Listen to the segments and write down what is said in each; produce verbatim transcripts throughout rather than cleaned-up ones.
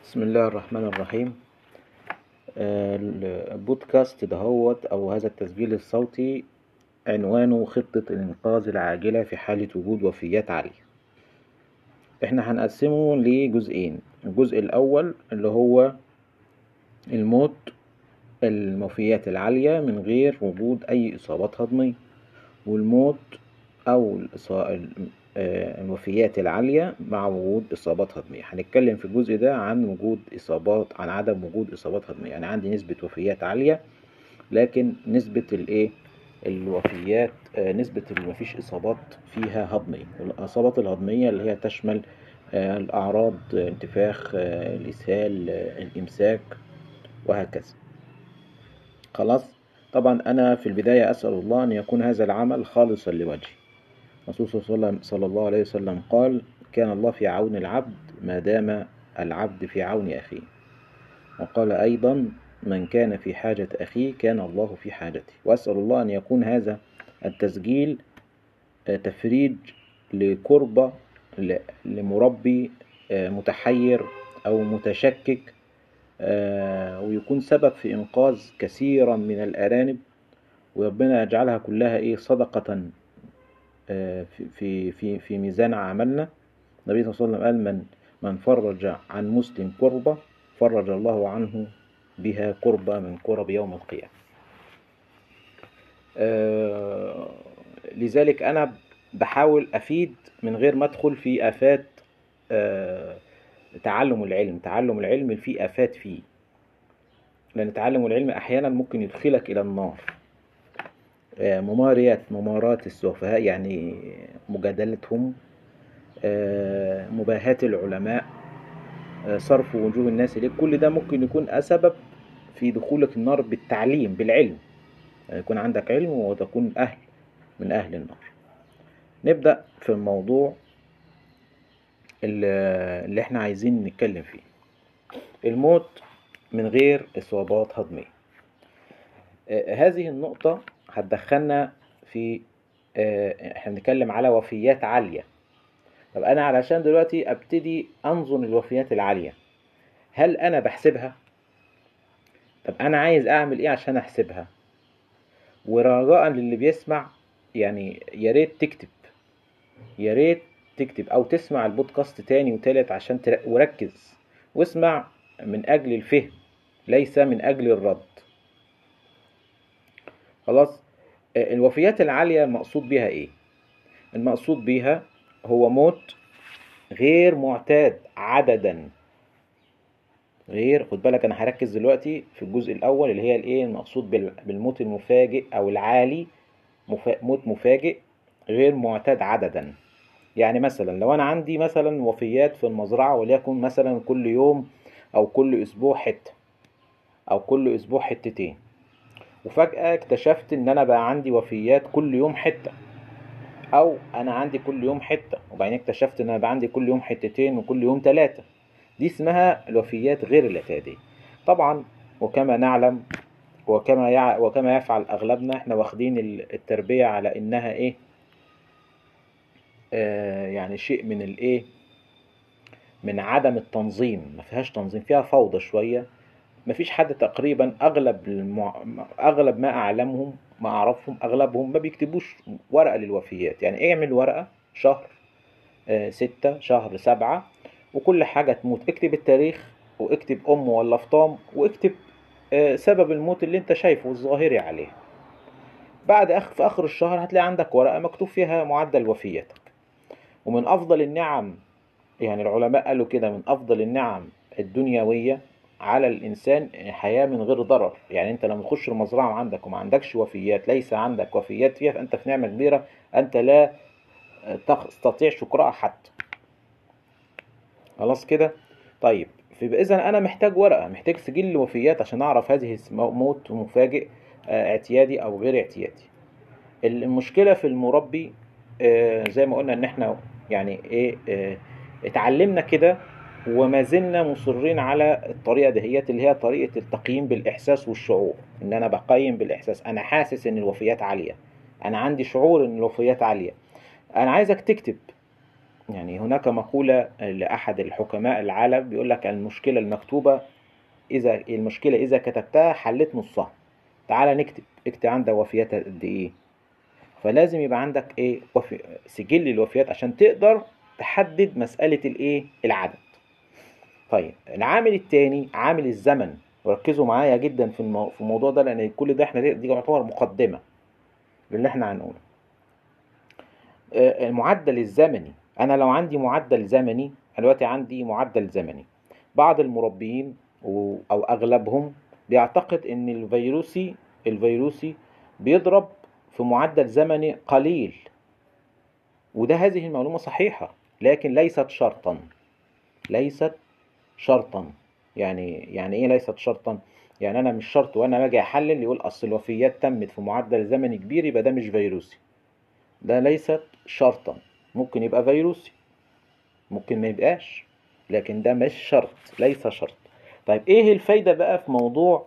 بسم الله الرحمن الرحيم. آه، البودكاست دهوت أو هذا التسجيل الصوتي عنوانه خطة الإنقاذ العاجلة في حالة وجود وفيات عالية. احنا هنقسمه لجزئين. الجزء الأول اللي هو الموت، الوفيات العالية من غير وجود أي إصابات هضمية، والموت أو الوفيات العالية مع وجود إصابات هضمية. هنتكلم في الجزء ده عن وجود إصابات، عن عدم وجود إصابات هضمية. يعني عندي نسبة وفيات عالية لكن نسبة الإيه الوفيات آه نسبة اللي مفيش إصابات فيها هضمية. الإصابات الهضمية اللي هي تشمل آه الأعراض، آه انتفاخ، آه الإسهال، آه الإمساك، وهكذا. خلاص. طبعا أنا في البداية أسأل الله أن يكون هذا العمل خالصا لوجهه. الرسول صلى الله عليه وسلم قال: كان الله في عون العبد ما دام العبد في عون أخيه. وقال أيضا: من كان في حاجة أخيه كان الله في حاجته. وأسأل الله أن يكون هذا التسجيل تفريج لكربة لمربي متحير أو متشكك، ويكون سبب في إنقاذ كثيرا من الأرانب، وربنا يجعلها كلها إيه صدقة في في في في ميزان عملنا. النبي صلى الله عليه وسلم قال: من من فرج عن مسلم كربة فرج الله عنه بها كربة من كرب يوم القيامة. آه لذلك أنا بحاول أفيد من غير ما أدخل في آفات آه تعلم العلم. تعلم العلم فيه آفات فيه، لأن تعلم العلم أحيانا ممكن يدخلك إلى النار. آه مماريات ممارات السفهاء، يعني مجادلتهم، آه مباهاة العلماء، آه صرف وجوه الناس إليك، كل ده ممكن يكون سبب في دخولك النار بالتعليم بالعلم. يعني يكون عندك علم وتكون أهل من أهل النار. نبدأ في الموضوع اللي احنا عايزين نتكلم فيه: الموت من غير إصابات هضمية. آه هذه النقطة هتدخلنا في آه احنا بنتكلم على وفيات عالية. طب أنا علشان دلوقتي أبتدي أنظم الوفيات العالية، هل أنا بحسبها؟ طب أنا عايز أعمل إيه عشان أحسبها؟ ورجاء للي بيسمع، يعني يا ريت تكتب، يا ريت تكتب أو تسمع البودكاست تاني وتالت عشان وركز واسمع من أجل الفهم ليس من أجل الرد. خلاص. الوفيات العالية المقصود بها إيه؟ المقصود بها هو موت غير معتاد عددا. غير خد بالك، أنا هركز دلوقتي في الجزء الأول اللي هي الإيه المقصود بالموت المفاجئ أو العالي. موت مفاجئ غير معتاد عددا. يعني مثلا لو أنا عندي مثلا وفيات في المزرعة، وليكن مثلا كل يوم أو كل أسبوع حتة أو كل أسبوع حتتين، وفجأة اكتشفت إن أنا بقى عندي وفيات كل يوم حتة، أو أنا عندي كل يوم حتة وبعدين اكتشفت إن أنا بقى عندي كل يوم حتتين وكل يوم ثلاثة. دي اسمها الوفيات غير الاعتيادية. طبعا وكما نعلم وكما يع... وكما يفعل أغلبنا، احنا واخدين التربية على إنها إيه آه يعني شيء من الإيه من عدم التنظيم. ما فيهاش تنظيم، فيها فوضى شوية. ما فيش حد تقريبا، أغلب المع... أغلب ما أعلمهم ما أعرفهم أغلبهم ما بيكتبوش ورقة للوفيات. يعني اعمل ورقة شهر آه ستة، شهر سبعة، وكل حاجة تموت اكتب التاريخ واكتب أم ولا فطام واكتب آه سبب الموت اللي انت شايفه الظاهري عليه. بعد أخ في آخر الشهر هتلاقي عندك ورقة مكتوب فيها معدل وفياتك. ومن أفضل النعم، يعني العلماء قالوا كده، من أفضل النعم الدنيوية على الإنسان حياة من غير ضرر. يعني أنت لما تخش المزرعة عندك وما عندكش وفيات، ليس عندك وفيات فيها، فأنت في نعمة كبيرة أنت لا تستطيع شكرها حتى. خلاص كده. طيب إذا أنا محتاج ورقة، محتاج سجل وفيات عشان أعرف هذه موت مفاجئ اعتيادي أو غير اعتيادي. المشكلة في المربي زي ما قلنا إن إحنا يعني إيه اتعلمنا كده وما زلنا مصرين على الطريقة دهيت، اللي هي طريقة التقييم بالإحساس والشعور. إن أنا بقيم بالإحساس، أنا حاسس إن الوفيات عالية، أنا عندي شعور إن الوفيات عالية. أنا عايزك تكتب يعني هناك مقولة لأحد الحكماء العالم بيقول لك المشكلة المكتوبة، إذا المشكلة إذا كتبتها حلت نصها. تعالى نكتب، اكتب عندك وفيات قد إيه. فلازم يبقى عندك إيه وفي سجل الوفيات عشان تقدر تحدد مسألة الإيه العدد. طيب العامل الثاني عامل الزمن، وركزوا معايا جدا في المو... في الموضوع ده، لأن كل ده احنا دي يعتبر مقدمة للي احنا هنقوله. المعدل الزمني، انا لو عندي معدل زمني، أنا دلوقتي عندي معدل زمني. بعض المربيين او اغلبهم بيعتقد ان الفيروسي الفيروسي بيضرب في معدل زمني قليل، وده هذه المعلومة صحيحة، لكن ليست شرطا. ليست شرطا يعني يعني ايه ليست شرطا؟ يعني انا مش شرط وانا باجي احلل يقول اصل الوفيات تمت في معدل زمني كبير يبقى ده مش فيروسي. ده ليست شرطا، ممكن يبقى فيروسي ممكن ما يبقاش، لكن ده مش شرط، ليس شرط. طيب ايه الفايدة بقى في موضوع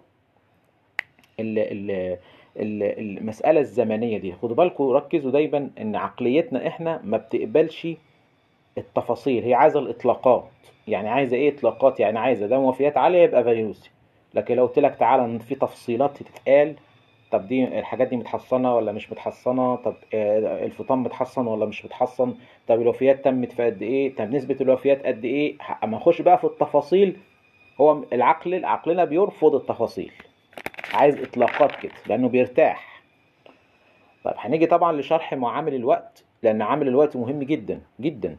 ال ال المسألة الزمنية دي؟ خدوا بالكم، ركزوا دايما ان عقليتنا احنا ما بتقبلش التفاصيل، هي عايزة الاطلاقات. يعني عايزة ايه اطلاقات؟ يعني عايزة ده وفيات عالية يبقى فيروسي. لكن لو قلت لك تعالى في تفصيلات تتقال، طب دي الحاجات دي متحصنة ولا مش متحصنة؟ طب الفطام متحصن ولا مش متحصن؟ طب الوفيات تمت في قد ايه؟ طب نسبة الوفيات قد ايه؟ اما نخش بقى في التفاصيل، هو العقل عقلنا بيرفض التفاصيل، عايز اطلاقات كده لانه بيرتاح. طب هنيجي طبعا لشرح معامل الوقت، لان عامل الوقت مهم جدا جدا.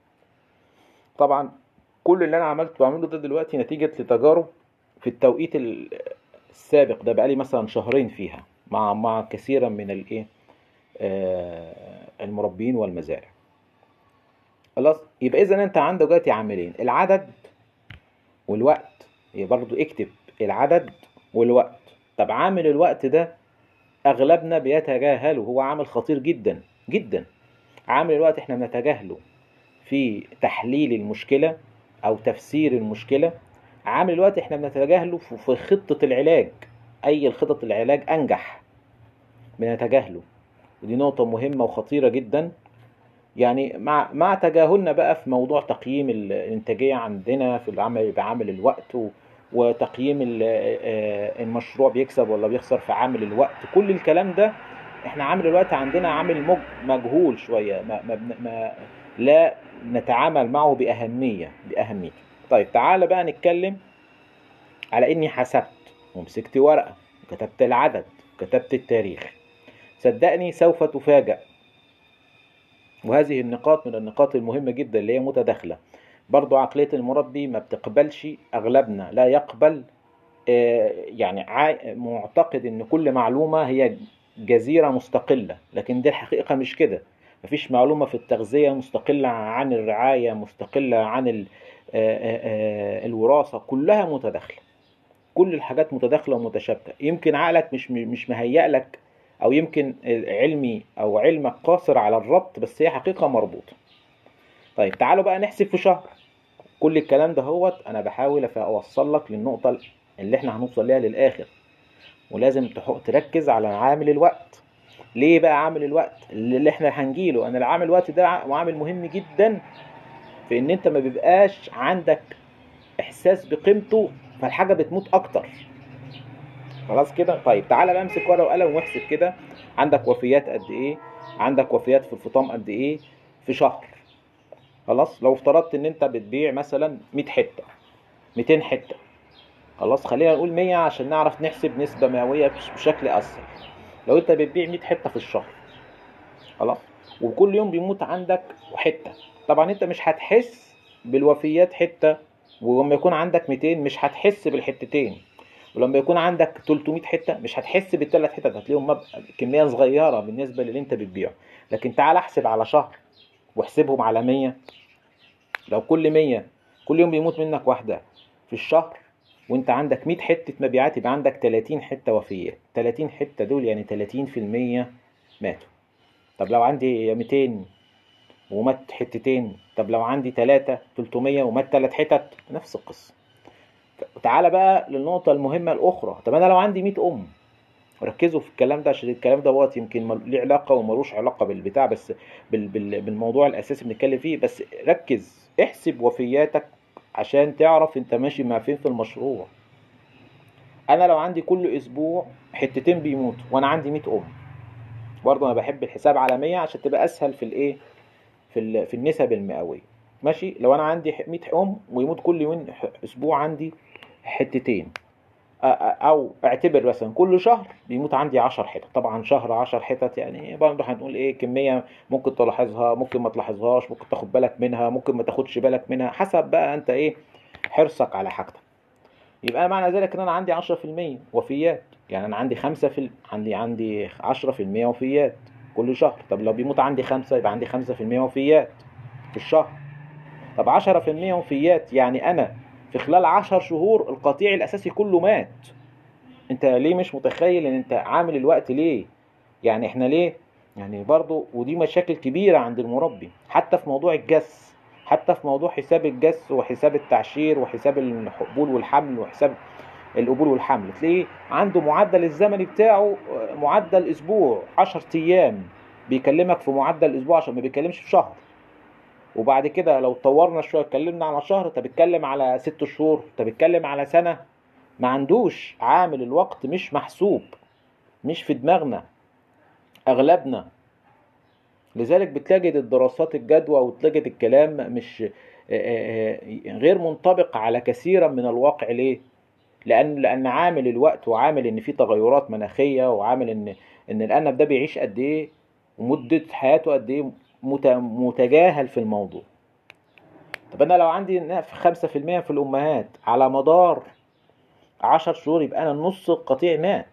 طبعا كل اللي انا عملته بعمله ده دلوقتي نتيجة لتجارب في التوقيت السابق ده، بقالي مثلا شهرين فيها مع مع كثيرا من الايه آه المربين والمزارع. خلاص، يبقى اذا انت عندك دلوقتي عاملين، العدد والوقت. يبقى برضو اكتب العدد والوقت. طب عامل الوقت ده اغلبنا بيتجاهله، هو عامل خطير جدا جدا. عامل الوقت احنا بنتجاهله في تحليل المشكلة او تفسير المشكلة. عامل الوقت احنا بنتجاهله في خطة العلاج، اي الخطط العلاج انجح بنتجاهله. ودي نقطة مهمة وخطيرة جدا. يعني مع مع تجاهلنا بقى في موضوع تقييم الانتاجية عندنا في العمل بعامل الوقت، وتقييم المشروع بيكسب ولا بيخسر في عامل الوقت. كل الكلام ده احنا عامل الوقت عندنا عامل مجهول شوية، ما, ما, ما لا نتعامل معه بأهمية بأهميته. طيب تعال بقى نتكلم على اني حسبت ومسكت ورقة وكتبت العدد وكتبت التاريخ. صدقني سوف تفاجأ، وهذه النقاط من النقاط المهمة جدا اللي هي متداخلة. برضو عقلية المربي ما بتقبلش، أغلبنا لا يقبل، يعني معتقد ان كل معلومة هي جزيرة مستقلة، لكن دي الحقيقة مش كده. مفيش معلومة في التغذية مستقلة عن الرعاية، مستقلة عن الوراثة، كلها متداخلة. كل الحاجات متداخلة ومتشابكة. يمكن عقلك مش مش مهيأ لك، او يمكن علمي او علمك قاصر على الربط، بس هي حقيقة مربوطة. طيب تعالوا بقى نحسب في شهر. كل الكلام ده هوت انا بحاول اوصل لك للنقطة اللي احنا هنوصل ليها للاخر، ولازم تركز على عامل الوقت. ليه بقى عامل الوقت اللي احنا هنجيله؟ انا العامل الوقت ده عامل مهم جدا في ان انت ما بيبقاش عندك احساس بقيمته، فالحاجة بتموت اكتر. خلاص كده. طيب تعالى بقى امسك ورقه وقلم واحسب كده. عندك وفيات قد ايه؟ عندك وفيات في الفطام قد ايه في شهر؟ خلاص، لو افترضت ان انت بتبيع مثلا مية حته، ميتين حته، خلاص خلينا نقول مية عشان نعرف نحسب نسبه مئويه بشكل اسهل. لو انت بتبيع مية حته في الشهر، خلاص، وكل يوم بيموت عندك حته، طبعا انت مش هتحس بالوفيات حته، ولما يكون عندك ميتين مش هتحس بالحتتين، ولما يكون عندك تلتمية حته مش هتحس بالثلاث حتت، هتلاقيهم كميه صغيره بالنسبه للي انت بتبيعه. لكن تعال احسب على شهر واحسبهم على مية. لو كل مية كل يوم بيموت منك واحده في الشهر، وانت عندك مية حته مبيعات، يبقى عندك تلاتين حته وفيات. تلاتين حته دول يعني تلاتين في المية ماتوا. طب لو عندي ميتين ومات حتتين، طب لو عندي تلاتة تلتمية ومات تلات حتت، نفس القصه. تعالى بقى للنقطة المهمة الأخرى. طب أنا لو عندي مية أم، ركزوا في الكلام ده عشان الكلام ده وقت يمكن ليه علاقه وملوش علاقه بالبتاع، بس بال بال بالموضوع الاساسي بنتكلم فيه. بس ركز احسب وفياتك عشان تعرف انت ماشي مع فين في المشروع. انا لو عندي كل اسبوع حتتين بيموتوا وانا عندي مية ام، برضه انا بحب الحساب على مية عشان تبقى اسهل في الايه، في في النسب المئويه. ماشي، لو انا عندي مية ام ويموت كل يوم اسبوع عندي حتتين، او اعتبر مثلا كل شهر بيموت عندي عشر حتت. طبعا شهر عشر حتت يعني برضه هنقول ايه كميه ممكن تلاحظها ممكن ما تلاحظهاش، ممكن تاخد بالك منها ممكن ما تاخدش بالك منها، حسب بقى انت ايه حرصك على حاجتك. يبقى معنى ذلك ان انا عندي عشرة في المية وفيات، يعني انا عندي خمسة في عندي عندي عشرة في المية وفيات كل شهر. طب لو بيموت عندي خمسة يبقى عندي خمسة في المية وفيات في الشهر. طب عشرة في المية وفيات يعني انا في خلال عشر شهور القطيع الاساسي كله مات. انت ليه مش متخيل ان انت عامل الوقت ليه؟ يعني احنا ليه يعني برضو، ودي مشاكل كبيرة عند المربي حتى في موضوع الجس، حتى في موضوع حساب الجس وحساب التعشير وحساب القبول والحمل وحساب القبول والحمل. تلاقيه عنده معدل الزمني بتاعه معدل اسبوع عشر ايام، بيكلمك في معدل اسبوع عشان ما بيكلمش في شهر. وبعد كده لو طورنا شويه اتكلمنا على شهر، انت بتتكلم على ست شهور، انت بتتكلم على سنه. ما عندوش عامل الوقت، مش محسوب، مش في دماغنا اغلبنا. لذلك بتجد الدراسات الجدوى وتجد الكلام مش غير منطبق على كثيرا من الواقع. ليه؟ لان لان عامل الوقت وعامل ان في تغيرات مناخيه وعامل ان ان الارنب ده بيعيش قد ايه ومده حياته قد ايه متجاهل في الموضوع. طب انا لو عندي خمسة في المية في الامهات على مدار عشر شهور يبقى انا نص القطيع مات.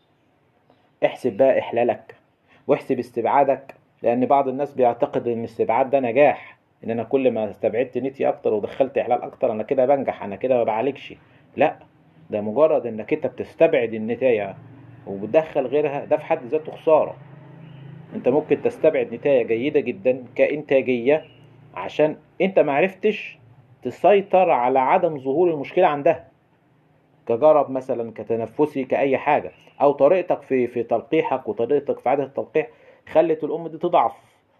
احسب بقى احلالك واحسب استبعادك، لان بعض الناس بيعتقد ان الاستبعاد ده نجاح، ان انا كل ما استبعدت نتي اكتر ودخلت احلال اكتر انا كده بنجح، انا كده ما بعالجش. لا، ده مجرد انك انت بتستبعد النتاية وبتدخل غيرها، ده في حد ذاته خسارة. انت ممكن تستبعد نتاية جيدة جدا كإنتاجية عشان انت معرفتش تسيطر على عدم ظهور المشكلة عندها، كجرب مثلا كتنفسي كأي حاجة، او طريقتك في في تلقيحك وطريقتك في عادة التلقيح خلت الام دي تضعف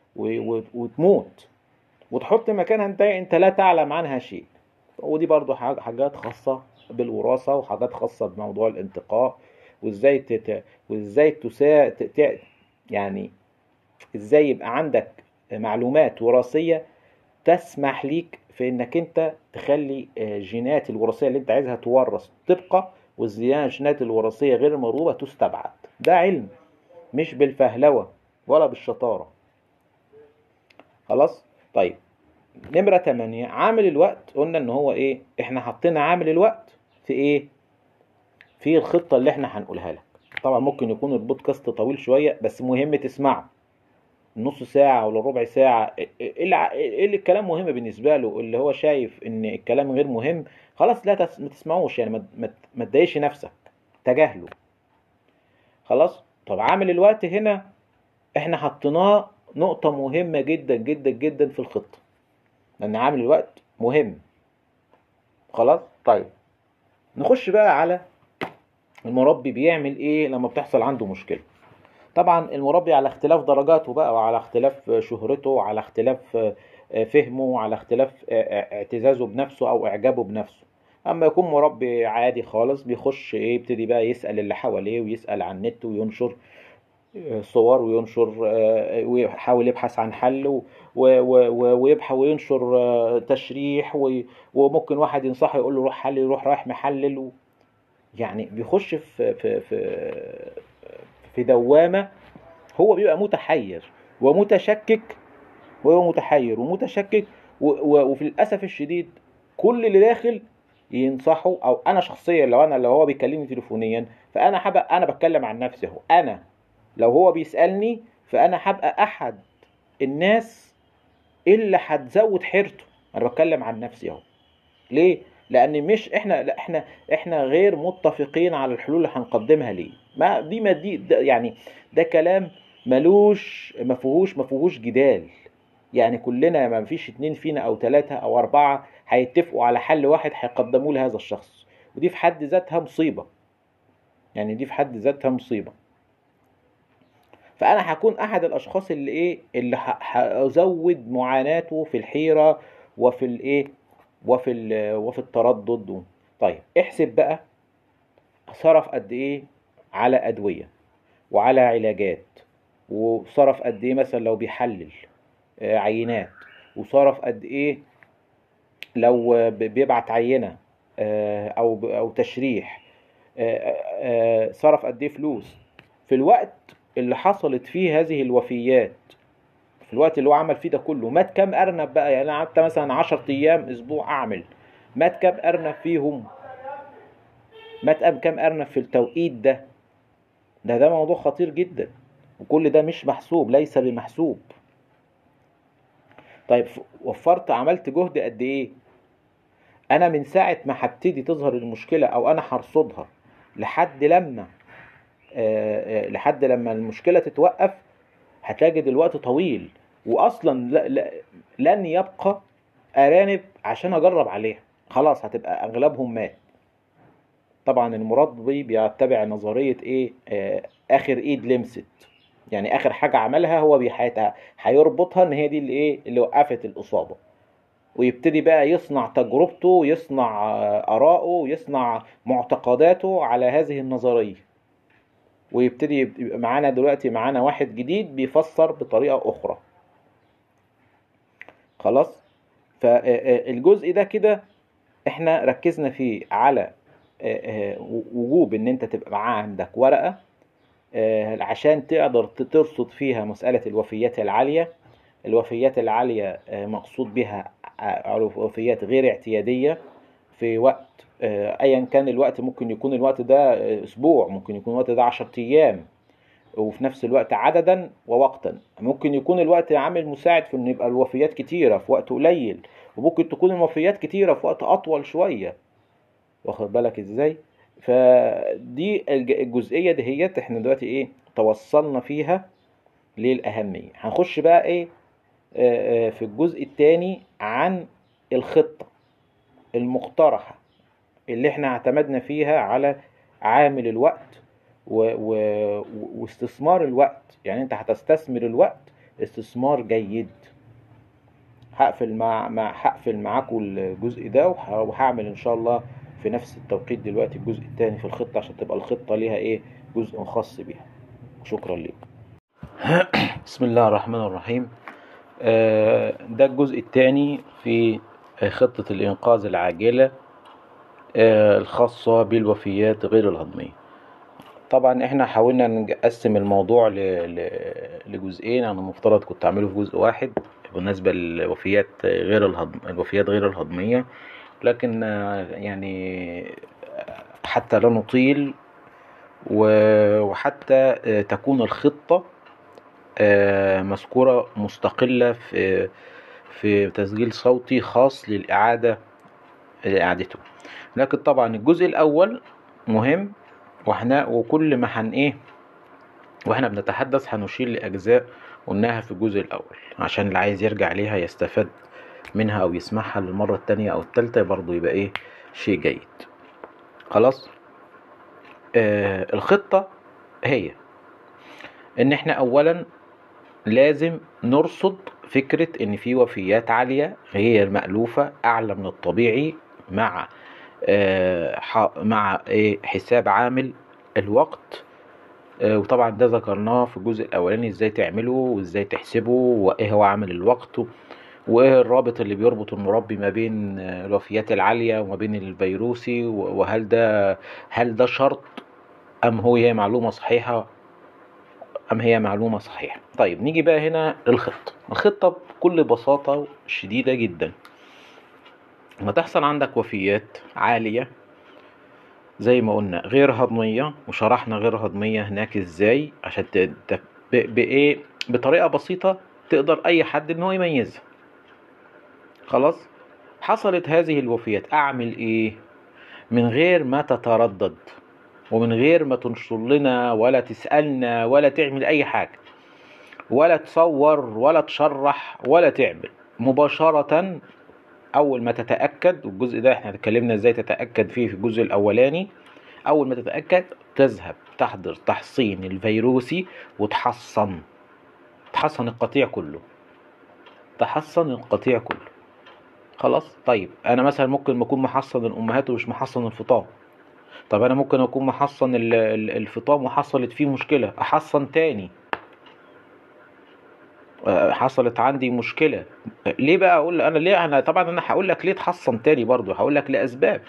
وتموت وتحط مكانها انت انت لا تعلم عنها شيء. ودي برضو حاجات خاصة بالوراثة وحاجات خاصة بموضوع الانتقاء، وازاي تت... وازاي تسا... ت... يعني ازاي يبقى عندك معلومات وراثية تسمح ليك في انك انت تخلي الجينات الوراثية اللي انت عايزها تورث تبقى، والجينات الوراثية غير المرغوبة تستبعد. ده علم مش بالفهلوة ولا بالشطارة. خلاص؟ طيب نمرة تمانية، عامل الوقت. قلنا ان هو ايه؟ احنا حطينا عامل الوقت في ايه؟ في الخطة اللي احنا هنقولها لك. طبعا ممكن يكون البودكاست طويل شوية بس مهم تسمعه، نص ساعة ولا ربع ساعة. ايه اللي الكلام مهم بالنسبة له، اللي هو شايف ان الكلام غير مهم خلاص لا ما تسمعوش، يعني ما تضايقش نفسك، تجاهله. خلاص؟ طب عامل الوقت هنا احنا حطيناه نقطة مهمة جدا جدا جدا في الخطة، لان عامل الوقت مهم. خلاص؟ طيب نخش بقى على المربي بيعمل ايه لما بتحصل عنده مشكلة. طبعا المربي على اختلاف درجاته بقى، وعلى اختلاف شهرته، وعلى اختلاف فهمه، وعلى اختلاف اعتزازه بنفسه او اعجابه بنفسه. اما يكون مربي عادي خالص بيخش ايه، يبتدي بقى يسأل اللي حواليه ويسأل عن النت وينشر صور وينشر ويحاول يبحث عن حل ويبحث وينشر تشريح، وممكن واحد ينصحه يقول له روح حلل، يروح رايح محلل. يعني بيخش في في في في دوامة، هو بيبقى متحير ومتشكك، وهو متحير ومتشكك وفي الأسف الشديد كل اللي داخل ينصحه. أو أنا شخصيا لو أنا لو هو بيكلمني تليفونيا فأنا حبقى أنا بتكلم عن نفسي اهو، أنا لو هو بيسألني فأنا هبقى أحد الناس اللي هتزود حيرته. أنا بتكلم عن نفسي اهو. ليه؟ لأن مش إحنا لا إحنا إحنا غير متفقين على الحلول اللي هنقدمها. ليه؟ ما دي ما دي ده يعني ده كلام ملوش ما فيهوش ما فيهوش جدال. يعني كلنا ما فيش اتنين فينا أو ثلاثة أو أربعة هيتفقوا على حل واحد هيقدموه لهذا الشخص، ودي في حد ذاتها مصيبة. يعني دي في حد ذاتها مصيبة. فانا هكون احد الاشخاص اللي ايه اللي هزود معاناته في الحيرة وفي الايه وفي ال وفي التردد. طيب احسب بقى صرف قد ايه على ادوية وعلى علاجات، وصرف قد ايه مثلا لو بيحلل عينات، وصرف قد ايه لو بيبعت عينة او او تشريح، صرف قد ايه فلوس في الوقت اللي حصلت فيه هذه الوفيات. في الوقت اللي هو عمل فيه ده كله مات كام ارنب بقى؟ يعني انا قعدت مثلا عشر ايام اسبوع اعمل، مات كام ارنب فيهم؟ مات كام ارنب في التوقيت ده؟ ده ده موضوع خطير جدا، وكل ده مش محسوب، ليس بمحسوب. طيب وفرت عملت جهد قد ايه؟ انا من ساعة ما هبتدي تظهر المشكلة او انا هرصدها لحد لما آآ آآ لحد لما المشكلة تتوقف، هتجد الوقت طويل، واصلا لا لا لن يبقى ارانب عشان اجرب عليها، خلاص هتبقى اغلبهم مات. طبعا المربي بيتبع نظرية ايه آه اخر ايد لمست، يعني اخر حاجة عملها هو بيحياتها هيربطها ان هي دي اللي ايه اللي وقفت الاصابة، ويبتدي بقى يصنع تجربته ويصنع آراءه ويصنع معتقداته على هذه النظرية، ويبتدي يبقى معانا دلوقتي معانا واحد جديد بيفسر بطريقة أخرى. خلاص. فالجزء ده كده احنا ركزنا فيه على وجوب ان انت تبقى معاه عندك ورقة عشان تقدر ترصد فيها مسألة الوفيات العالية. الوفيات العالية مقصود بها وفيات غير اعتيادية في وقت ايا كان الوقت، ممكن يكون الوقت ده اسبوع، ممكن يكون الوقت ده عشر ايام، وفي نفس الوقت عددا ووقتا. ممكن يكون الوقت عامل مساعد في ان يبقى الوفيات كتيرة في وقت قليل، وممكن تكون الوفيات كتيرة في وقت اطول شوية. واخد بالك ازاي؟ فدي الجزئية دهيت احنا دلوقتي ايه توصلنا فيها للأهمية. هنخش بقى ايه في الجزء الثاني عن الخطة المقترحة اللي احنا اعتمدنا فيها على عامل الوقت و... و... واستثمار الوقت. يعني انت هتستثمر الوقت استثمار جيد. هقفل مع مع هقفل معاكم الجزء ده، وهعمل ان شاء الله في نفس التوقيت دلوقتي الجزء الثاني في الخطة، عشان تبقى الخطة ليها ايه جزء خاص بيها. شكرا لك. بسم الله الرحمن الرحيم. ده الجزء الثاني في خطة الإنقاذ العاجلة الخاصة بالوفيات غير الهضمية. طبعا احنا حاولنا نقسم الموضوع لجزئين، انا المفترض كنت اعمله في جزء واحد بالنسبة للوفيات غير الهضم الوفيات غير الهضمية، لكن يعني حتى لا نطيل وحتى تكون الخطة مذكورة مستقلة في في تسجيل صوتي خاص للإعادة لإعادته. لكن طبعا الجزء الأول مهم، واحنا وكل ما هن ايه واحنا بنتحدث هنشير لأجزاء قلناها في الجزء الأول، عشان اللي عايز يرجع ليها يستفاد منها أو يسمعها للمرة التانية أو التالتة برضو يبقى ايه شيء جيد. خلاص. آه الخطة هي ان احنا أولا لازم نرصد فكرة ان في وفيات عالية غير مألوفة اعلى من الطبيعي مع آه مع ايه حساب عامل الوقت. آه وطبعا ده ذكرناه في الجزء الاولاني ازاي تعمله وازاي تحسبه وايه هو عامل الوقت، وايه الرابط اللي بيربط المربي ما بين الوفيات العالية وما بين الفيروسي، وهل ده هل ده شرط ام هو هي معلومة صحيحة أم هي معلومة صحيحة. طيب نيجي بقى هنا للخطة. الخطة بكل بساطة شديدة جدا، لما تحصل عندك وفيات عالية زي ما قلنا غير هضمية، وشرحنا غير هضمية هناك ازاي عشان بإيه بطريقة بسيطة تقدر أي حد إن هو يميزها. خلاص. حصلت هذه الوفيات أعمل إيه؟ من غير ما تتردد ومن غير ما تنشر لنا ولا تسألنا ولا تعمل أي حاجة ولا تصور ولا تشرح ولا تعمل، مباشرة أول ما تتأكد، والجزء ده احنا اتكلمنا ازاي تتأكد فيه في الجزء الأولاني، أول ما تتأكد تذهب تحضر تحصين الفيروسي وتحصن تحصن القطيع كله، تحصن القطيع كله. خلاص. طيب انا مثلا ممكن اكون محصن الامهات ومش محصن الفطام. طب انا ممكن اكون محصن الفطام وحصلت فيه مشكلة، احصن تاني، حصلت عندي مشكلة. ليه بقى اقول انا ليه؟ انا طبعا انا هقول لك ليه تحصن تاني برضو، هقول لك لاسباب.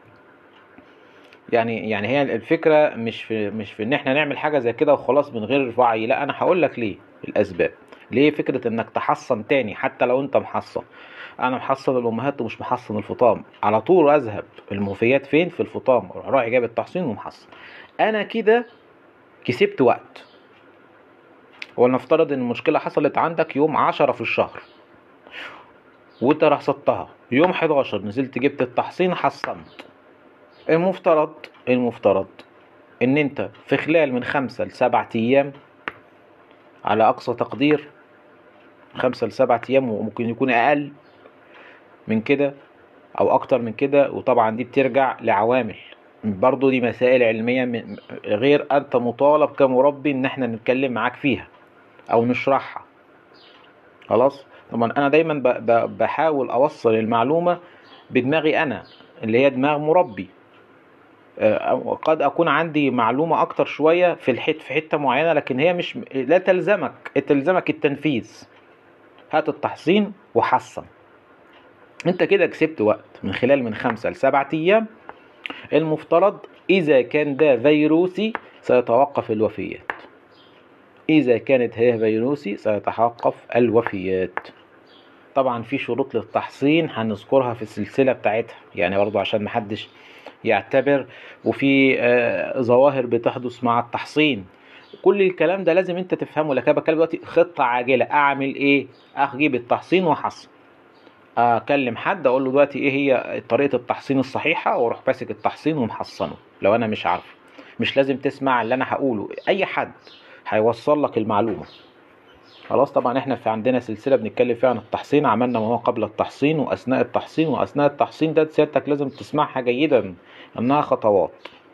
يعني يعني هي الفكرة مش في مش في ان احنا نعمل حاجة زي كده وخلاص من غير وعي، لا انا هقول لك ليه الاسباب. ليه فكرة انك تحصن تاني حتى لو انت محصن؟ انا محصن الامهات ومش محصن الفطام، على طول اذهب الموفيات فين؟ في الفطام، رايح جايب التحصين ومحصن. انا كده كسبت وقت. ولنفترض ان المشكلة حصلت عندك يوم عشرة في الشهر وانت رصدتها يوم حداشر، نزلت جبت التحصين حصنت. المفترض المفترض ان انت في خلال من خمسة لسبعة ايام على اقصى تقدير، خمسة لسبعة ايام، وممكن يكون اقل من كده او اكتر من كده، وطبعا دي بترجع لعوامل برضو، دي مسائل علمية غير انت مطالب كمربي ان احنا نتكلم معاك فيها او نشرحها. خلاص. طبعا انا دايما بحاول اوصل المعلومة بدماغي انا اللي هي دماغ مربي. قد اكون عندي معلومة اكتر شوية في الحت في حتة معينة، لكن هي مش لا تلزمك تلزمك التنفيذ. هات التحصين وحصن. انت كده كسبت وقت من خلال من خمسة لسبعة ايام. المفترض اذا كان ده فيروسي سيتوقف الوفيات، اذا كانت هي فيروسي سيتوقف الوفيات. طبعا في شروط للتحصين هنذكرها في السلسلة بتاعتها، يعني برضو عشان محدش يعتبر. وفي آه ظواهر بتحدث مع التحصين. كل الكلام ده لازم انت تفهمه. لك انا بتكلم دلوقتي خطة عاجلة، اعمل ايه؟ اجيب التحصين واحصن، اكلم حد اقول له دلوقتي ايه هي طريقة التحصين الصحيحة، واروح ماسك التحصين ومحصنه لو انا مش عارف. مش لازم تسمع اللي انا هقوله، اي حد هيوصل لك المعلومة. خلاص. طبعا احنا في عندنا سلسلة بنتكلم فيها عن التحصين، عملنا ما هو قبل التحصين واثناء التحصين واثناء التحصين، ده سيادتك لازم تسمعها جيدا انها خطوات.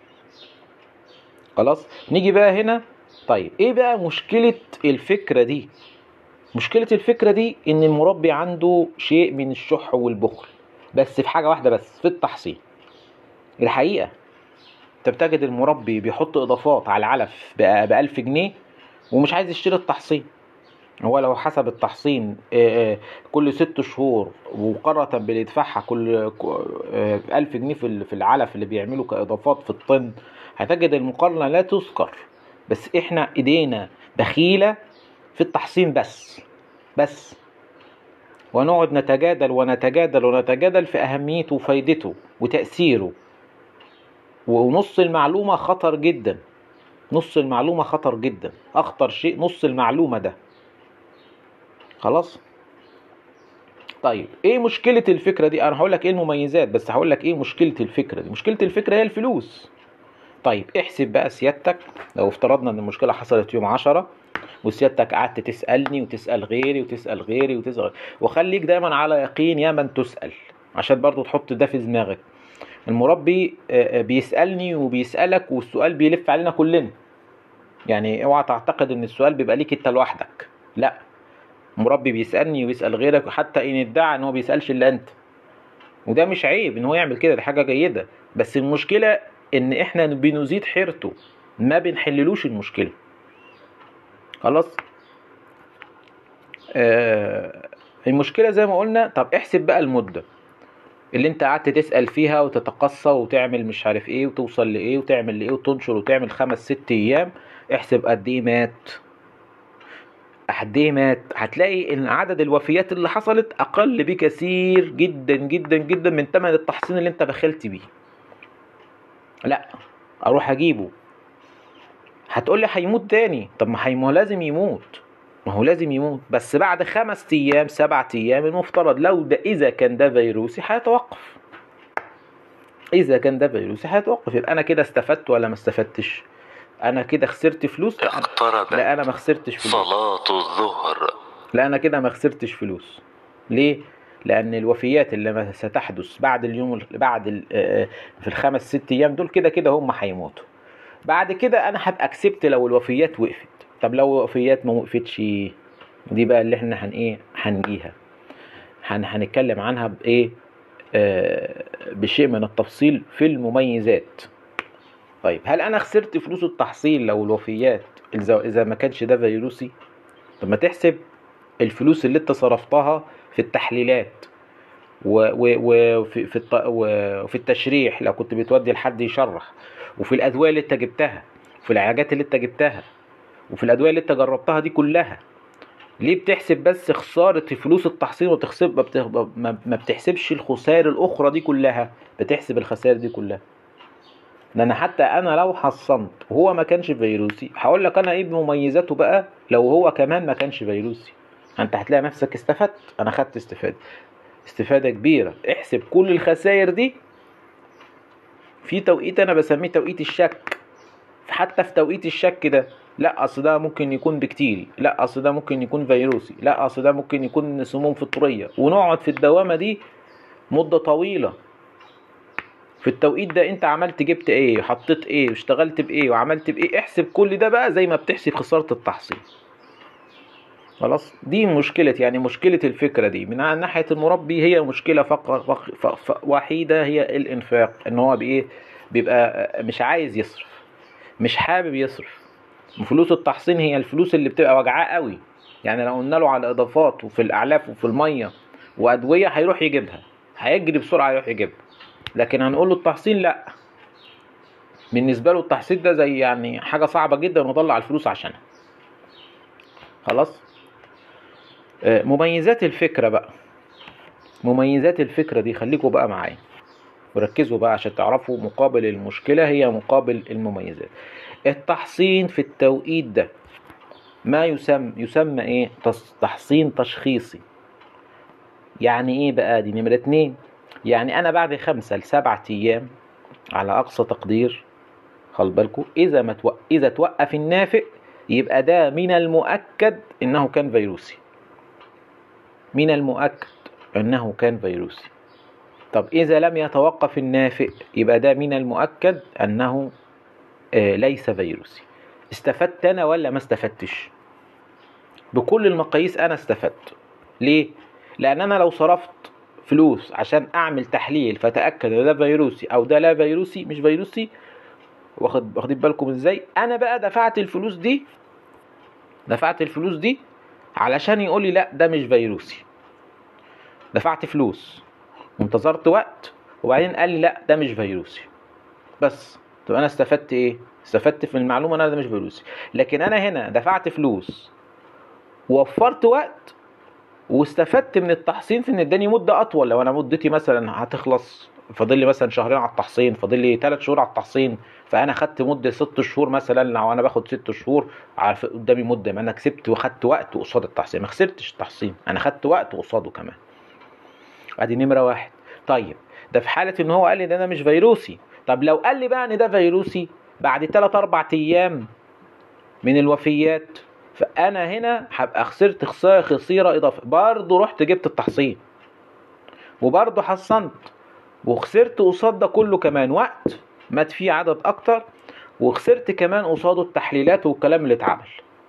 خلاص. نيجي بقى هنا. طيب ايه بقى مشكلة الفكرة دي؟ مشكلة الفكرة دي ان المربي عنده شيء من الشح والبخل، بس في حاجة واحدة بس، في التحصين. الحقيقة انت بتجد المربي بيحط اضافات على العلف بألف جنيه ومش عايز يشتري التحصين. هو لو حسب التحصين كل ست شهور مقارنة بيدفعها كل ألف جنيه في العلف اللي بيعملوا كإضافات في الطن، هتجد المقارنة لا تذكر. بس احنا ايدينا بخيلة في التحصين بس بس ونقعد نتجادل ونتجادل ونتجادل في أهميته وفايدته وتأثيره. ونص المعلومة خطر جدا، نص المعلومة خطر جدا، أخطر شيء نص المعلومة ده. خلاص. طيب ايه مشكلة الفكرة دي؟ انا هقولك ايه المميزات، بس هقولك ايه مشكلة الفكرة دي. مشكلة الفكرة هي الفلوس. طيب احسب بقى سيادتك، لو افترضنا ان المشكلة حصلت يوم عشرة وسيادتك قعدت تسألني وتسأل غيري وتسأل غيري وتسأل، وخليك دايما على يقين يا من تسأل، عشان برضو تحط ده في دماغك. المربي بيسألني وبيسألك، والسؤال بيلف علينا كلنا. يعني اوعى تعتقد ان السؤال بيبقى ليك انت لوحدك، لا، مربي بيسألني ويسأل غيرك، حتى ان ادعى ان هو بيسألش الا انت. وده مش عيب ان هو يعمل كده، دي حاجة جيدة. بس المشكلة ان احنا بنزيد حيرته، ما بنحللوش المشكلة. خلاص. آه المشكلة زي ما قلنا. طب احسب بقى المدة اللي انت قعدت تسأل فيها وتتقصى وتعمل مش عارف ايه وتوصل لايه وتعمل لايه وتنشر وتعمل خمس ست ايام. احسب قد ايه مات، قد ايه مات. هتلاقي ان عدد الوفيات اللي حصلت اقل بكثير جدا جدا جدا من ثمن التحصين اللي انت بخلت بيه. لا، اروح اجيبه. هتقولي هيموت تاني. طب ما هيموت، لازم يموت، ما هو لازم يموت، بس بعد خمس ايام سبعة ايام المفترض. لو ده اذا كان ده فيروسي هيتوقف، اذا كان ده فيروسي هيتوقف. يبقى انا كده استفدت ولا ما استفدتش؟ انا كده خسرت فلوس؟ اقتربت لا انا ما خسرتش فلوس. صلاة الظهر. لا انا كده ما خسرتش فلوس. ليه؟ لان الوفيات اللي ستحدث بعد اليوم بعد في الخمس ست ايام دول كده كده هم هيموتوا. بعد كده انا هبقى اكسبت لو الوفيات وقفت. طب لو الوفيات ما وقفتش، دي بقى اللي احنا هن ايه هنجيها هن هنتكلم عنها بايه آه بشيء من التفصيل في المميزات. طيب هل انا خسرت فلوس التحصيل لو الوفيات اذا ما كانش ده فيروسي؟ طب ما تحسب الفلوس اللي انت صرفتها في التحليلات وفي في وفي التشريح لو كنت بتودي لحد يشرح، وفي الادويه اللي انت جبتها، وفي العلاجات اللي انت جبتها، وفي الادويه اللي انت جربتها دي كلها. ليه بتحسب بس خساره فلوس التحصيل وتحسب ما بتحسبش الخسائر الاخرى دي كلها؟ بتحسب الخسائر دي كلها. لان حتى انا لو حصنت وهو ما كانش فيروسي، هقول لك انا ايه بمميزاته بقى لو هو كمان ما كانش فيروسي. انت هتلاقي نفسك استفدت، انا خدت استفاده استفاده كبيره. احسب كل الخسائر دي في توقيت انا بسميه توقيت الشك. حتى في توقيت الشك ده، لا اصل ده ممكن يكون بكتيري، لا اصل ده ممكن يكون فيروسي، لا اصل ده ممكن يكون سموم فطريه، ونقعد في الدوامه دي مده طويله. في التوقيت ده انت عملت جبت ايه، حطيت ايه، واشتغلت بايه، وعملت بايه. احسب كل ده بقى زي ما بتحسب خساره التحصيل. خلاص، دي مشكلة يعني مشكلة الفكرة دي من ناحية المربي. هي مشكلة فقط وحيدة، هي الانفاق. ان هو بايه بيبقى مش عايز يصرف، مش حابب يصرف. فلوس التحصين هي الفلوس اللي بتبقى وجعاه قوي. يعني لو قلنا له على اضافات وفي الاعلاف وفي المية وادوية هيروح يجيبها، هيجري بسرعة يروح يجيبها. لكن هنقول له التحصين لا، بالنسبة له التحصين ده زي يعني حاجة صعبة جدا ونطلع الفلوس عشانها. خلاص. مميزات الفكرة بقى، مميزات الفكرة دي خليكوا بقى معايا وركزوا بقى عشان تعرفوا مقابل المشكلة هي مقابل المميزات. التحصين في التوقيت ده ما يسمى يسمى ايه؟ تحصين تشخيصي. يعني ايه بقى؟ دي نمرة اتنين. يعني انا بعد خمسة لسبعة ايام على اقصى تقدير، خلي بالكوا، اذا ما توق... اذا توقف النافق يبقى ده من المؤكد انه كان فيروسي. من المؤكد انه كان فيروسي. طب اذا لم يتوقف النافق يبقى ده من المؤكد انه آه ليس فيروسي. استفدت انا ولا ما استفدتش؟ بكل المقاييس انا استفدت. ليه؟ لان انا لو صرفت فلوس عشان اعمل تحليل فتاكد ان ده فيروسي او ده لا فيروسي مش فيروسي، واخد واخدين بالكم ازاي؟ انا بقى دفعت الفلوس دي دفعت الفلوس دي علشان يقول لي لا ده مش فيروسي. دفعت فلوس وانتظرت وقت وبعدين قال لي لا ده مش فيروسي بس. طب انا استفدت ايه؟ استفدت في المعلومه ان انا ده مش فيروسي. لكن انا هنا دفعت فلوس ووفرت وقت واستفدت من التحصين في ان اداني مده اطول. لو انا مدتي مثلا هتخلص، فاضل لي مثلا شهرين على التحصين، فاضل لي ثلاث شهور على التحصين، فانا خدت مده ست شهور مثلا. لو انا باخد ست شهور عارف قدامي مده، ما انا كسبت وخدت وقت قصاد التحصين، ما خسرتش التحصين، انا خدت وقت قصاده كمان. ادي نمره واحد. طيب ده في حاله ان هو قال لي ده انا مش فيروسي. طب لو قال لي بقى ان ده فيروسي بعد ثلاثة أربعة ايام من الوفيات، فانا هنا هبقى خسرت خساره خسيره اضافه. برضه رحت جبت التحصين وبرضه حصنت وخسرت قصاد ده كله كمان وقت مات فيه عدد اكتر، وخسرت كمان قصاده التحليلات والكلام اللي اتعمل.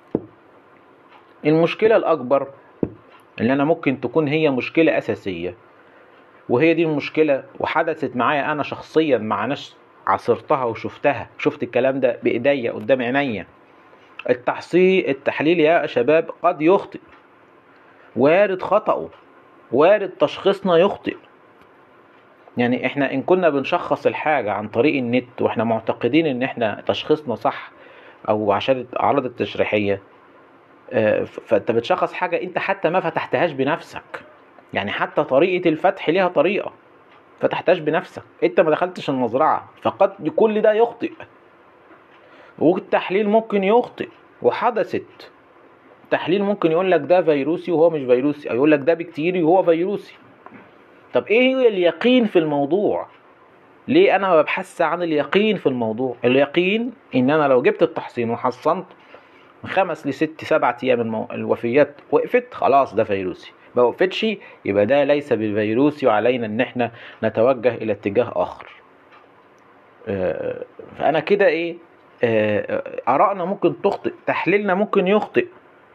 المشكله الاكبر اللي انا ممكن تكون هي مشكله اساسيه، وهي دي المشكله وحدثت معايا انا شخصيا مع ناس عاصرتها وشفتها، شفت الكلام ده بايديا قدام عينيا. التحصيل التحليل يا شباب قد يخطئ، وارد خطأه، وارد تشخيصنا يخطئ. يعني احنا ان كنا بنشخص الحاجة عن طريق النت واحنا معتقدين ان احنا تشخيصنا صح او عشان الاعراض التشريحية، فانت بتشخص حاجة انت حتى ما فتحتهاش بنفسك. يعني حتى طريقة الفتح ليها طريقة فتحتهاش بنفسك، انت ما دخلتش المزرعة، فقد كل ده يخطئ. والتحليل ممكن يخطئ، وحدثت تحليل ممكن يقول لك ده فيروسي وهو مش فيروسي، او يقول لك ده بكتيري وهو فيروسي. طب ايه هو اليقين في الموضوع؟ ليه انا ما ببحث عن اليقين في الموضوع؟ اليقين ان انا لو جبت التحصين وحصنت خمس لست سبعة ايام المو... الوفيات وقفت، خلاص ده فيروسي. ما وقفتش يبقى ده ليس بالفيروسي، وعلينا ان احنا نتوجه الى اتجاه اخر. فانا كده ايه ارائنا ممكن تخطئ، تحليلنا ممكن يخطئ.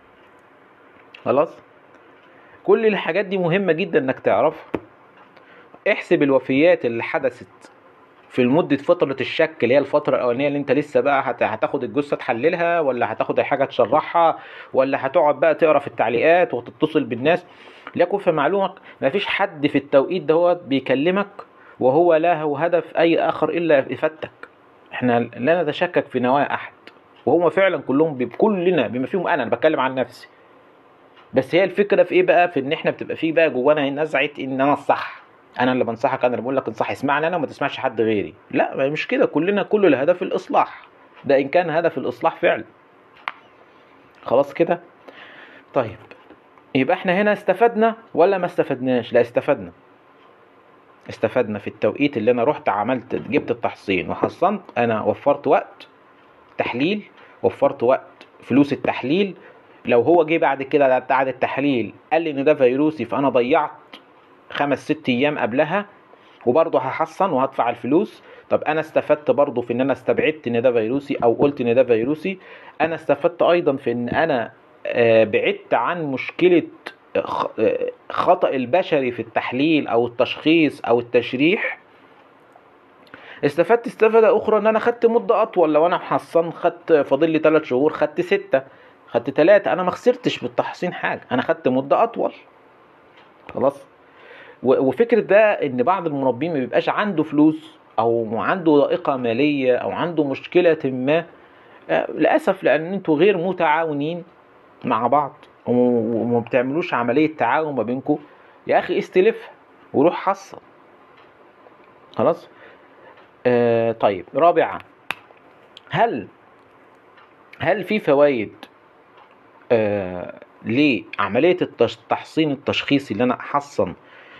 خلاص، كل الحاجات دي مهمة جدا انك تعرفها. احسب الوفيات اللي حدثت في مدة فترة الشك، اللي هي الفترة الأولانية اللي أنت لسه بقى هتاخد الجثة تحللها، ولا هتاخد الحاجة تشرحها، ولا هتقعد بقى تقرا في التعليقات وتتصل بالناس. ليكن في معلومك، مفيش حد في التوقيت دوت بيكلمك وهو له هدف أي آخر إلا إفادتك. إحنا لا نتشكك في نوايا أحد، وهم فعلا كلهم كلنا بما فيهم أنا أنا بتكلم عن نفسي. بس هي الفكرة في إيه بقى؟ في إن إحنا بتبقى فيه بقى جوانا نزعة إن أنا الصح، انا اللي بنصحك، انا اللي بقول لك انصح، اسمعني انا وما تسمعش حد غيري. لا، مش كده، كلنا كل الهدف الاصلاح، ده ان كان هدف الاصلاح فعلا. خلاص كده. طيب، يبقى احنا هنا استفدنا ولا ما استفدناش؟ لا، استفدنا. استفدنا في التوقيت اللي انا رحت عملت جبت التحصين وحصنت، انا وفرت وقت تحليل، وفرت وقت فلوس التحليل. لو هو جه بعد كده بعد التحليل قال لي ان ده فيروسي، فانا ضيعت خمس ست ايام قبلها، وبرضه هحصن وهدفع الفلوس. طب انا استفدت برضه في ان انا استبعدت ان ده فيروسي او قلت ان ده فيروسي. انا استفدت ايضا في ان انا بعدت عن مشكلة خطأ البشري في التحليل او التشخيص او التشريح. استفدت استفادة اخرى ان انا خدت مدة اطول. لو انا محصن خدت فاضل لي ثلاث شهور، خدت ستة، خدت ثلاثة، انا ما خسرتش بالتحصين حاجة، انا خدت مدة اطول. خلاص. وفكرة ده ان بعض المربين ما بيبقاش عنده فلوس او عنده ضائقة مالية او عنده مشكلة ما، للأسف لان انتوا غير متعاونين مع بعض وما بتعملوش عملية تعاون ما بينكم. يا اخي استلف وروح حصل. خلاص. آه طيب، رابعا، هل هل في فوائد آه لعملية التحصين التشخيصي اللي انا احصن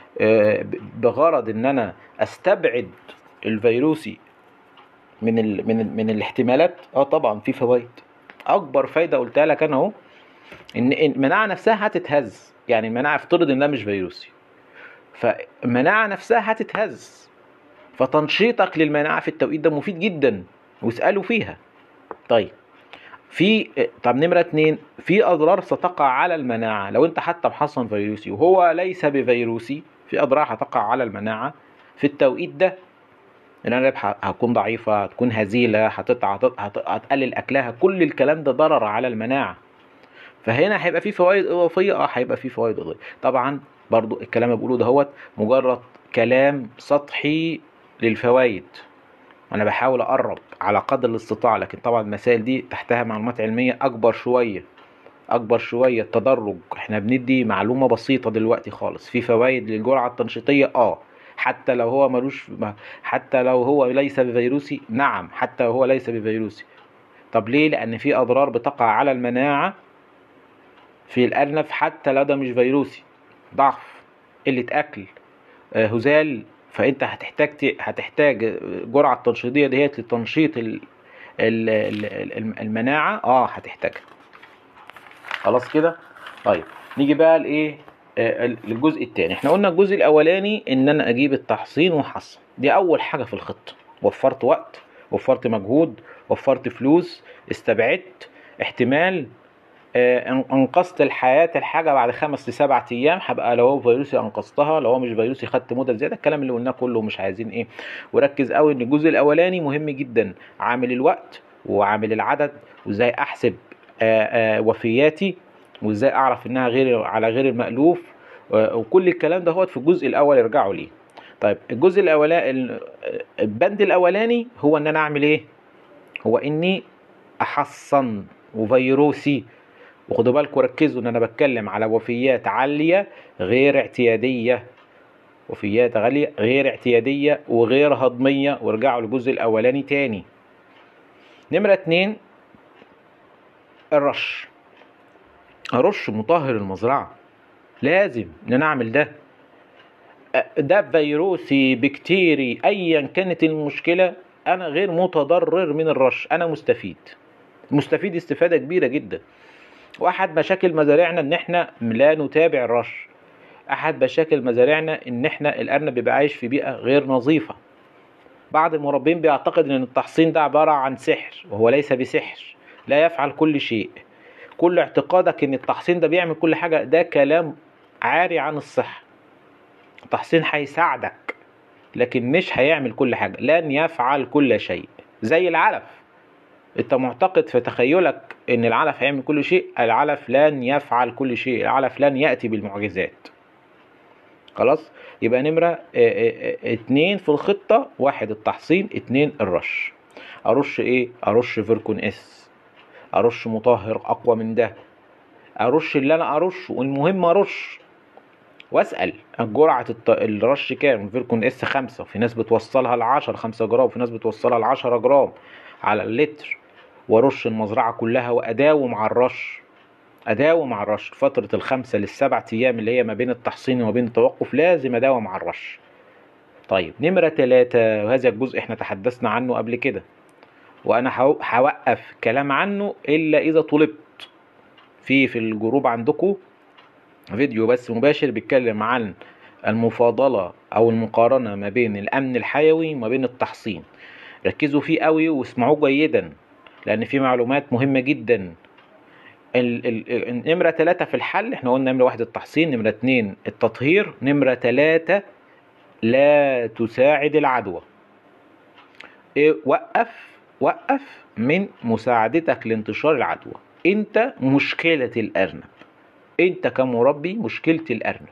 بغرض ان انا استبعد الفيروسي من ال من ال من الاحتمالات؟ اه طبعا في فوائد. اكبر فايده قلتها لك انا اهو، ان المناعه نفسها هتتهز. يعني المناعه افترض ان ده مش فيروسي، فالمناعه نفسها هتتهز، فتنشيطك للمناعه في التوقيت ده مفيد جدا، واسالوا فيها. طيب، في طب نمره اتنين، في اضرار ستقع على المناعه لو انت حتى محصن فيروسي وهو ليس بفيروسي. في اضرار هتقع على المناعه في التوقيت ده، الانابيب هتكون ضعيفه، هتكون هزيله، هتقطع، هتقلل اكلها، كل الكلام ده ضرر على المناعه. فهنا هيبقى في فوائد اضافيه. اه هيبقى في فوائد اضافيه طبعا. برضو الكلام اللي بقوله دهوت مجرد كلام سطحي للفوائد، انا بحاول اقرب على قدر الاستطاعه، لكن طبعا المسائل دي تحتها معلومات علميه اكبر شويه اكبر شويه تدرج. احنا بندي معلومه بسيطه دلوقتي خالص. في فوائد للجرعه التنشيطيه، اه حتى لو هو ملوش، حتى لو هو ليس بفيروسي. نعم، حتى لو هو ليس بفيروسي. طب ليه؟ لان في اضرار بتقع على المناعه في الارنب حتى لو ده مش فيروسي. ضعف، قله اكل، هزال. فانت هتحتاج هتحتاج جرعه تنشيطيه ديت لتنشيط المناعه. اه هتحتاجها. خلاص كده. طيب، نيجي بقى لايه؟ للجزء الثاني. احنا قلنا الجزء الاولاني ان انا اجيب التحصين واحصن، دي اول حاجه في الخطه. وفرت وقت، وفرت مجهود، وفرت فلوس، استبعدت احتمال، اه انقذت الحياه الحاجه بعد خمس لسبعة ايام. هبقى لو هو فيروسي انقذتها، لو هو مش فيروسي خدت مده زياده. الكلام اللي قلناه كله مش عايزين ايه. وركز قوي ان الجزء الاولاني مهم جدا، عامل الوقت وعامل العدد، وازاي احسب اه اه وفياتي، وازاي اعرف انها غير على غير المألوف، وكل الكلام ده هو في الجزء الاول ارجعوا ليه. طيب، الجزء الاولاني، البند الاولاني هو ان انا اعمل ايه؟ هو اني احصن وفيروسي. وخدوا بالكم ركزوا ان انا بتكلم على وفيات عاليه غير اعتياديه، وفيات غاليه غير اعتياديه وغير هضميه. وارجعوا للجزء الاولاني تاني. نمره اتنين، الرش. ارش مطهر المزرعه، لازم ان انا اعمل ده. ده فيروسي بكتيري ايا كانت المشكله، انا غير متضرر من الرش، انا مستفيد مستفيد استفاده كبيره جدا. واحد مشاكل مزارعنا ان احنا لا نتابع الرش. احد مشاكل مزارعنا ان احنا الارنب بيبقى عايش في بيئه غير نظيفه. بعض المربين بيعتقد ان التحصين ده عبارة عن سحر، وهو ليس بسحر، لا يفعل كل شيء. كل اعتقادك ان التحصين ده بيعمل كل حاجة ده كلام عاري عن الصحة. التحصين هيساعدك لكن مش هيعمل كل حاجة، لن يفعل كل شيء. زي العلف، انت معتقد في تخيلك ان العلف هيعمل كل شيء، العلف لن يفعل كل شيء، العلف لن يأتي بالمعجزات. خلاص؟ يبقى نمرة اه اه اه اتنين في الخطة: واحد التحصين، اتنين الرش. ارش ايه؟ ارش فيركون اس، ارش مطهر اقوى من ده، ارش اللي انا ارش، والمهم ارش واسأل الجرعة الت... الرش كام؟ فيركون اس خمسة، وفي ناس بتوصلها لعشرة، خمسة جرام، وفي ناس بتوصلها لعشرة جرام على اللتر، وارش المزرعة كلها واداوم على الرش. اداوم على الرش فترة الخمسة للسبع ايام اللي هي ما بين التحصين وما بين التوقف، لازم اداوم على الرش. طيب نمرة تلاتة، وهذا الجزء احنا تحدثنا عنه قبل كده، وانا هوقف كلام عنه الا اذا طلبت. في في الجروب عندكم فيديو بس مباشر بيتكلم عن المفاضلة او المقارنة ما بين الامن الحيوي وما بين التحصين، ركزوا فيه قوي واسمعوه جيدا لان فيه معلومات مهمة جدا. نمرة ثلاثة في الحل، احنا قلنا نمرة واحد التحصين، نمرة اتنين التطهير، نمرة ثلاثة لا تساعد العدوى. ايه؟ وقف وقف من مساعدتك لانتشار العدوى. انت مشكلة الارنب، انت كمربي مشكلة الارنب،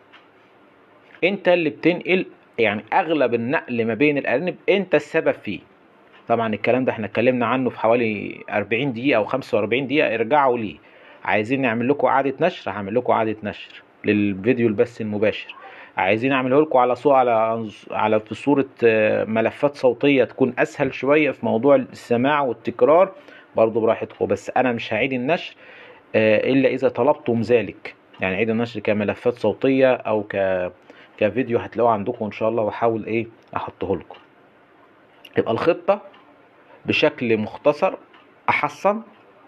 انت اللي بتنقل، يعني اغلب النقل ما بين الارنب انت السبب فيه. طبعا الكلام ده احنا اتكلمنا عنه في حوالي أربعين دقيقة او خمسة وأربعين دقيقة، ارجعوا ليه. عايزين نعمل لكم اعادة نشر، هعمل لكم اعادة نشر للفيديو البث المباشر. عايزين اعمله لكم على صورة على على في صورة ملفات صوتية تكون اسهل شوية في موضوع السماع والتكرار، برضو براحتكم، بس انا مش هعيد النشر الا اذا طلبتم ذلك. يعني عيد النشر كملفات صوتية او ك كفيديو هتلاقوه عندكم ان شاء الله، واحاول ايه احطه لكم. يبقى الخطة بشكل مختصر: احصن،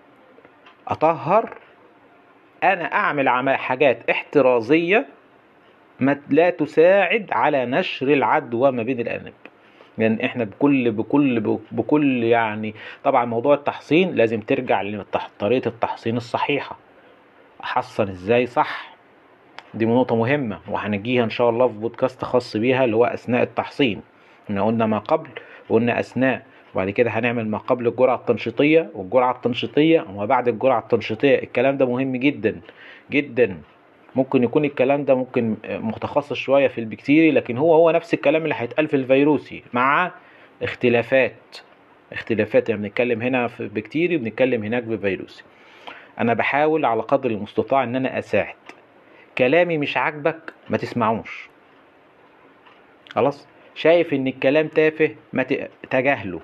اطهر، انا اعمل حاجات احترازية ما لا تساعد على نشر العدوى ما بين الارنب. لان يعني احنا بكل بكل بكل يعني طبعا موضوع التحصين لازم ترجع لطريقة التحصين الصحيحة. احصن ازاي صح؟ دي نقطة مهمة وهنجيها ان شاء الله في بودكاست خاص بيها اللي هو اثناء التحصين. احنا قلنا ما قبل وقلنا اثناء، وبعد كده هنعمل ما قبل الجرعة التنشيطية والجرعة التنشيطية وما بعد الجرعة التنشيطية. الكلام ده مهم جدا جدا. ممكن يكون الكلام ده ممكن متخصص شوية في البكتيري، لكن هو هو نفس الكلام اللي هيتقال في الفيروسي مع اختلافات اختلافات يعني بنتكلم هنا في بكتيري وبنتكلم هناك في فيروسي. انا بحاول على قدر المستطاع ان انا اساعد. كلامي مش عاجبك ما تسمعوش، خلاص؟ شايف ان الكلام تافه ما تجاهله.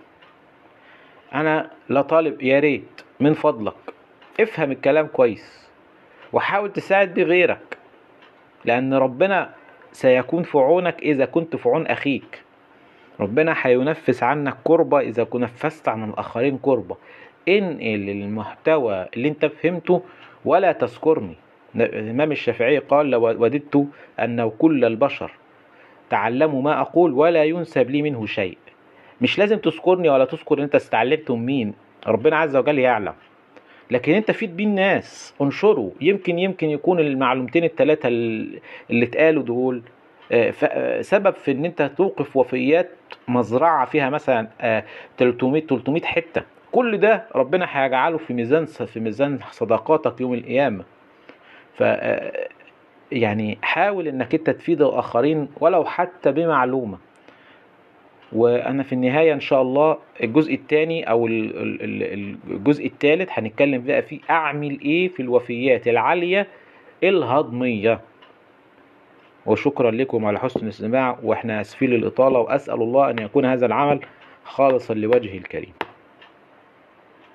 انا لا طالب، يا ريت من فضلك افهم الكلام كويس وحاول تساعد بغيرك، لان ربنا سيكون في عونك اذا كنت في عون اخيك. ربنا هينفس عنك كربة اذا كنت نفست عن الاخرين كربة. انقل المحتوى اللي انت فهمته ولا تذكرني. الامام الشافعي قال: وددت ان كل البشر تعلموا ما اقول ولا ينسب لي منه شيء. مش لازم تذكرني ولا تذكر انت استعلمت من مين، ربنا عز وجل يعلم، لكن انت فيد بيه الناس، انشره. يمكن يمكن يكون المعلومتين الثلاثه اللي اتقالوا دول سبب في ان انت توقف وفيات مزرعه فيها مثلا ثلاثمية ثلاثمية حته. كل ده ربنا هيجعله في ميزان في ميزان صدقاتك يوم القيامه. ف يعني حاول انك انت تفيد الاخرين ولو حتى بمعلومه. وانا في النهاية ان شاء الله الجزء الثاني او الجزء الثالث هنتكلم بقى فيه اعمل ايه في الوفيات العالية الهضمية. وشكرا لكم على حسن الاستماع، واحنا اسفين للاطالة، واسأل الله ان يكون هذا العمل خالصا لوجهه الكريم.